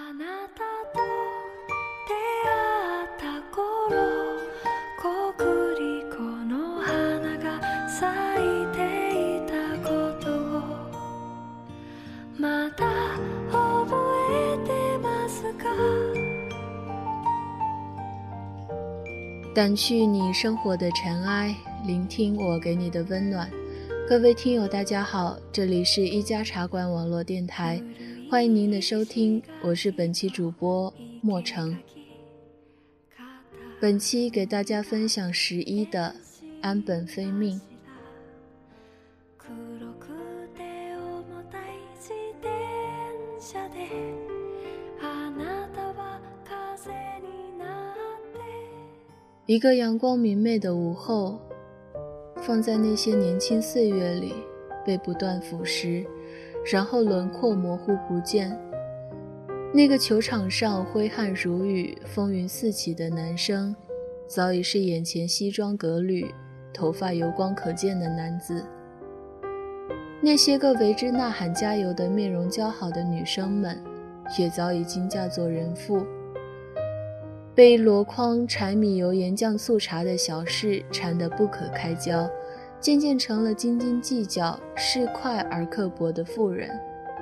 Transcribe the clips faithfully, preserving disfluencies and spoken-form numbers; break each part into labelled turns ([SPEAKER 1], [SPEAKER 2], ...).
[SPEAKER 1] なたと出会った頃、コクリコの花が咲いていたことをまだ覚えてますか？掸去你生活的尘埃，聆听我给你的温暖。各位听友大家好，这里是一家茶馆网络电台，欢迎您的收听，我是本期主播莫成。本期给大家分享十一的安本飞命。一个阳光明媚的午后，放在那些年轻岁月里被不断腐蚀，然后轮廓模糊不见。那个球场上挥汗如雨风云四起的男生，早已是眼前西装革履头发油光可见的男子。那些个为之呐喊加油的面容姣好的女生们，也早已经嫁作人妇。被箩筐柴米油盐酱醋茶的小事缠得不可开交，渐渐成了斤斤计较市侩而刻薄的妇人。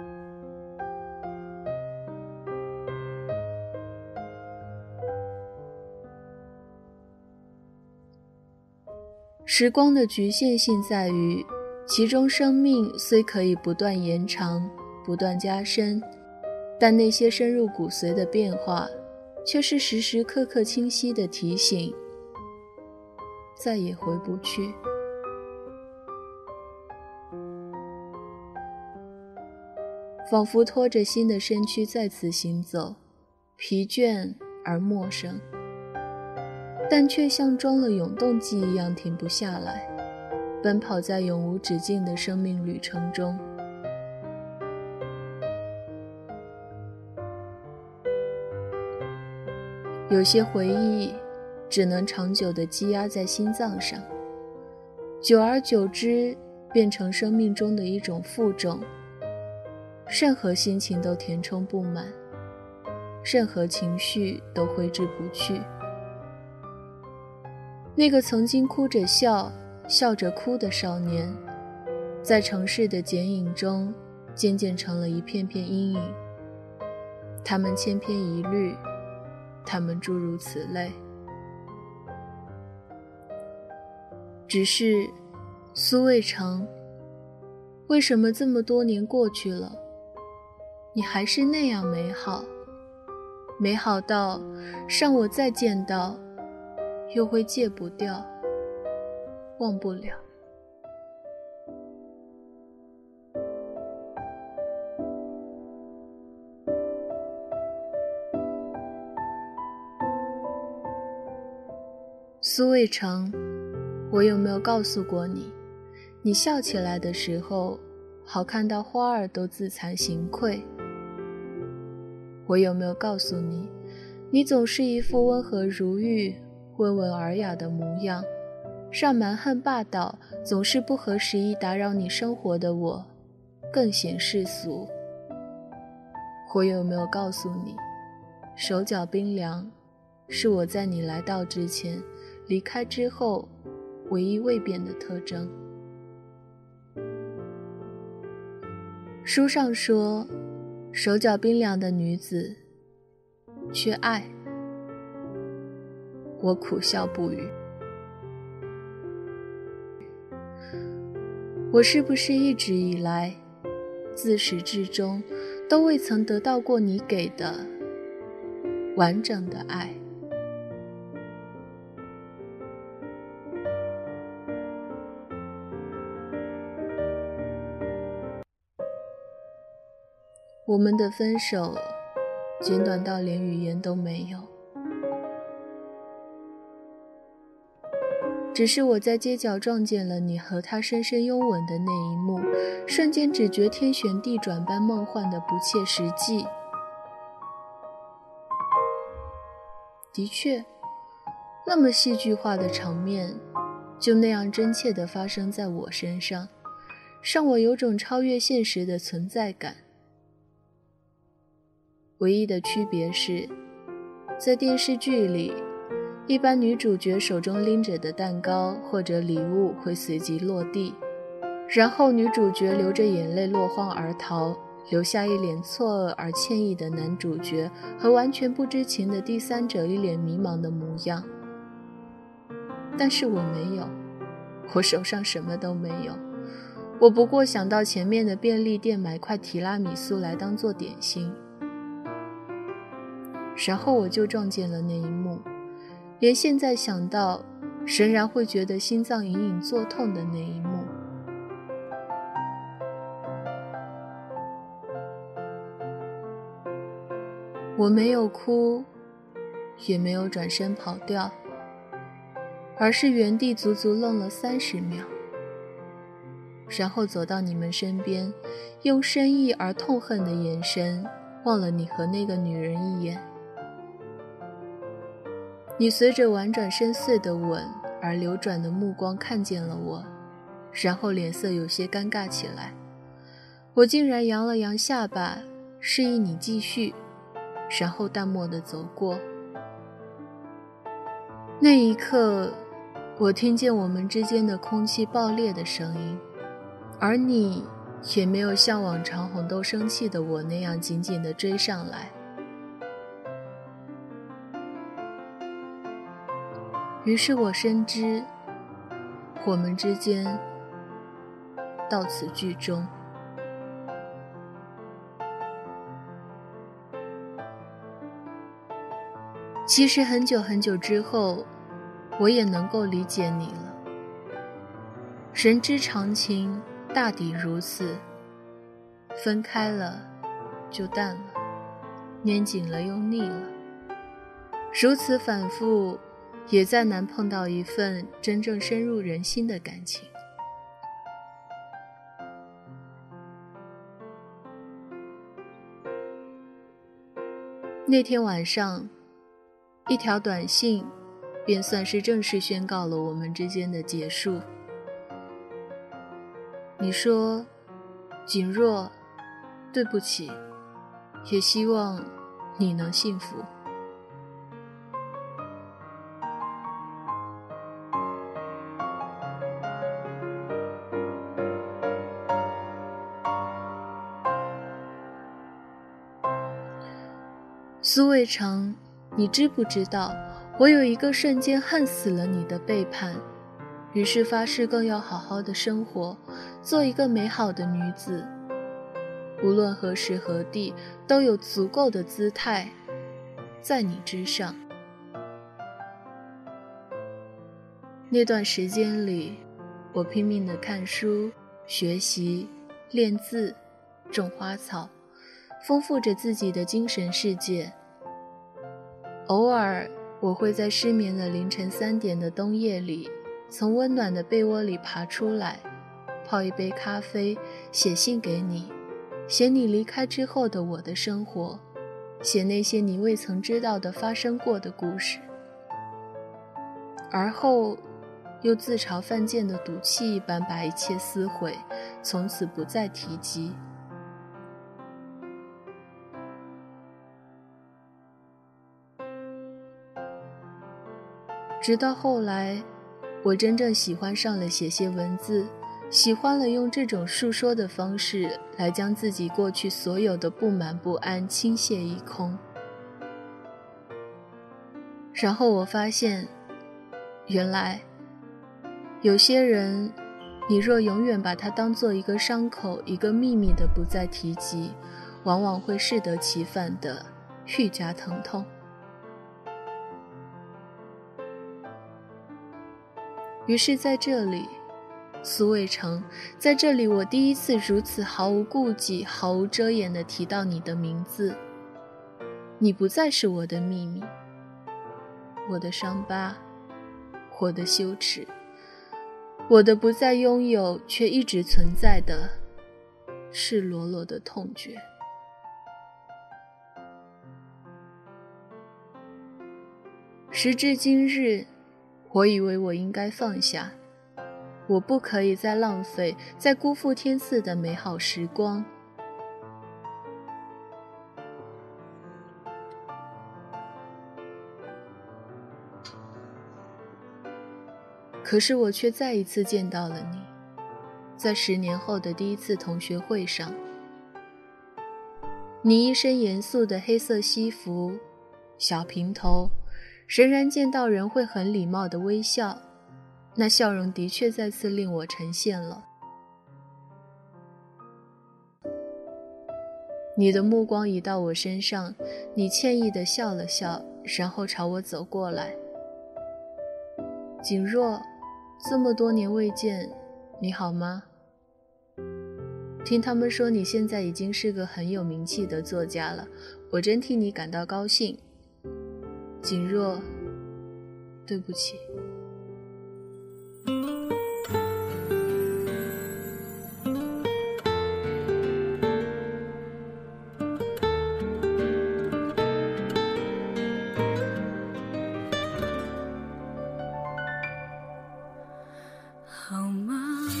[SPEAKER 1] 时光的局限性在于，其中生命虽可以不断延长不断加深，但那些深入骨髓的变化却是时时刻刻清晰的提醒，再也回不去。仿佛拖着新的身躯再次行走，疲倦而陌生，但却像装了永动机一样停不下来，奔跑在永无止境的生命旅程中。有些回忆只能长久地积压在心脏上，久而久之变成生命中的一种负重，任何心情都填充不满，任何情绪都挥之不去。那个曾经哭着笑笑着哭的少年，在城市的剪影中渐渐成了一片片阴影，他们千篇一律，他们诸如此类。只是苏卫城，为什么这么多年过去了，你还是那样美好，美好到让我再见到又会戒不掉，忘不了。苏卫城，我有没有告诉过你，你笑起来的时候，好看到花儿都自惭形愧。我有没有告诉你，你总是一副温和如玉温文尔雅的模样，让蛮横霸道总是不合时宜打扰你生活的我更显世俗。我有没有告诉你，手脚冰凉是我在你来到之前离开之后唯一未变的特征。书上说，手脚冰凉的女子缺爱，我苦笑不语。我是不是一直以来自始至终都未曾得到过你给的完整的爱？我们的分手简短到连语言都没有，只是我在街角撞见了你和他深深拥吻的那一幕，瞬间只觉天旋地转般梦幻的不切实际。的确，那么戏剧化的场面就那样真切地发生在我身上，让我有种超越现实的存在感。 唯一的区别是，在电视剧里，一般女主角手中拎着的蛋糕或者礼物会随即落地，然后女主角流着眼泪落荒而逃，留下一脸错愕而歉意的男主角和完全不知情的第三者一脸迷茫的模样。但是我没有，我手上什么都没有，我不过想到前面的便利店买块提拉米苏来当做点心。然后我就撞见了那一幕，连现在想到仍然会觉得心脏隐隐作痛的那一幕。我没有哭，也没有转身跑掉，而是原地足足愣了三十秒，然后走到你们身边，用深意而痛恨的眼神望了你和那个女人一眼。你随着婉转深邃的吻而流转的目光看见了我，然后脸色有些尴尬起来。我竟然扬了扬下巴，示意你继续，然后淡漠地走过。那一刻，我听见我们之间的空气爆裂的声音，而你也没有像往常红豆生气的我那样紧紧地追上来。于是我深知，我们之间到此剧终。其实很久很久之后，我也能够理解你了。人之常情，大抵如此，分开了就淡了，粘紧了又腻了，如此反复，也再难碰到一份真正深入人心的感情。那天晚上，一条短信便算是正式宣告了我们之间的结束。你说，景若，对不起，也希望你能幸福。苏卫成，你知不知道，我有一个瞬间恨死了你的背叛，于是发誓更要好好的生活，做一个美好的女子，无论何时何地都有足够的姿态在你之上。那段时间里，我拼命地看书、学习、练字、种花草，丰富着自己的精神世界。偶尔我会在失眠的凌晨三点的冬夜里，从温暖的被窝里爬出来，泡一杯咖啡，写信给你，写你离开之后的我的生活，写那些你未曾知道的发生过的故事。而后又自嘲犯贱的赌气一般把一切撕毁，从此不再提及。直到后来，我真正喜欢上了写些文字，喜欢了用这种述说的方式来将自己过去所有的不满不安倾泻一空。然后我发现，原来有些人，你若永远把它当作一个伤口，一个秘密的不再提及，往往会适得其反的愈加疼痛。于是在这里，苏卫成，在这里我第一次如此毫无顾忌、毫无遮掩地提到你的名字。你不再是我的秘密，我的伤疤，我的羞耻，我的不再拥有却一直存在的赤裸裸的痛觉。时至今日，我以为我应该放下，我不可以再浪费，再辜负天赐的美好时光。 可是我却再一次见到了你，在十年后的第一次同学会上。你一身严肃的黑色西服，小平头，仍然见到人会很礼貌的微笑，那笑容的确再次令我呈现了。你的目光移到我身上，你歉意地笑了笑，然后朝我走过来。景若，这么多年未见，你好吗？听他们说你现在已经是个很有名气的作家了，我真替你感到高兴。景若，对不起。
[SPEAKER 2] 好吗？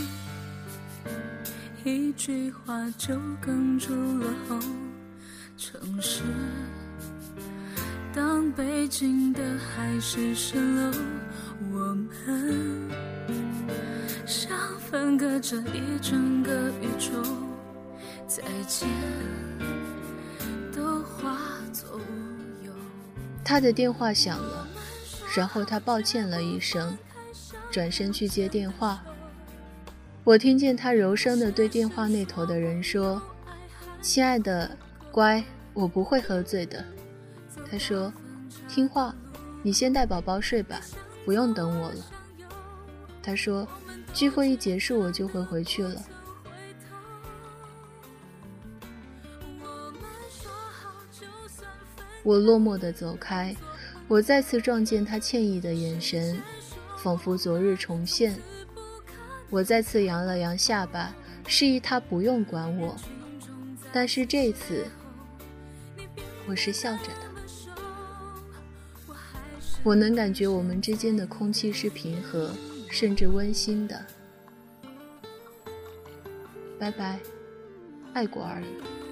[SPEAKER 2] 一句话就哽住了喉。城市当北京的海市蜃楼，我们像分隔着一整个宇宙，再见都化作无忧。
[SPEAKER 1] 他的电话响了，然后他抱歉了一声，转身去接电话。我听见他柔声地对电话那头的人说：亲爱的，乖，我不会喝醉的。他说：听话，你先带宝宝睡吧，不用等我了。他说：聚会一结束我就会回去了。我落寞地走开，我再次撞见他歉意的眼神，仿佛昨日重现。我再次扬了扬下巴，示意他不用管我，但是这次我是笑着的。我能感觉我们之间的空气是平和甚至温馨的。拜拜，爱过而已。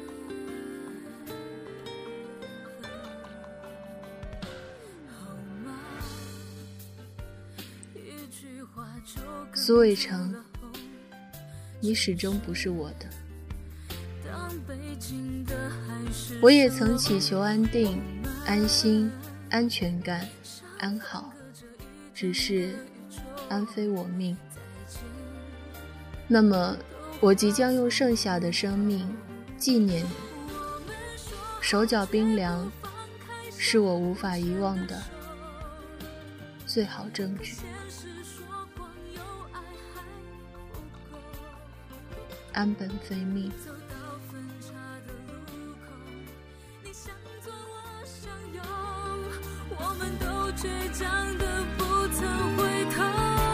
[SPEAKER 1] 苏伟成，你始终不是我的。我也曾祈求安定、安心、安全感、安好，只是安非我命。那么我即将用剩下的生命纪念你。手脚冰凉，是我无法遗忘的最好证据。安本非命。我们都倔强的不曾回头。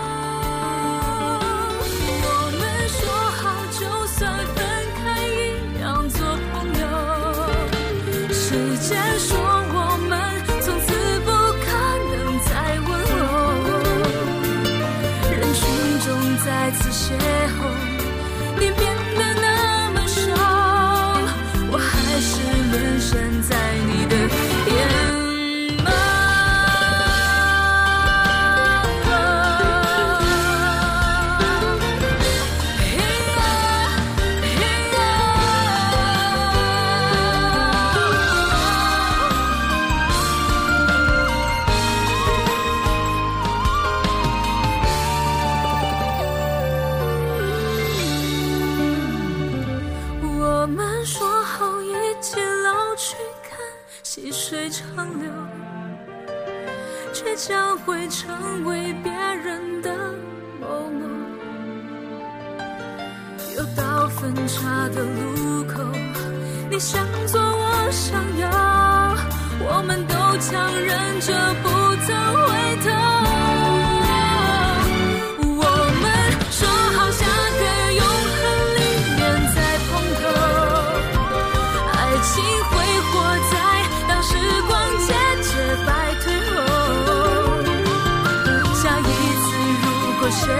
[SPEAKER 1] 我们说好就算分开一样做朋友，时间说我们从此不可能再温柔。人群中再次邂逅，你变得那么瘦，我还是沦陷在你的眼眸。我们说好一起老去，看细水长流，却将会成为别人的某某。又到分岔的路口，你想左我想右，我们都强忍着不曾回头。我们说好下个永恒里面再碰头，爱情会活在当时光渐渐败退后。下一次如果谁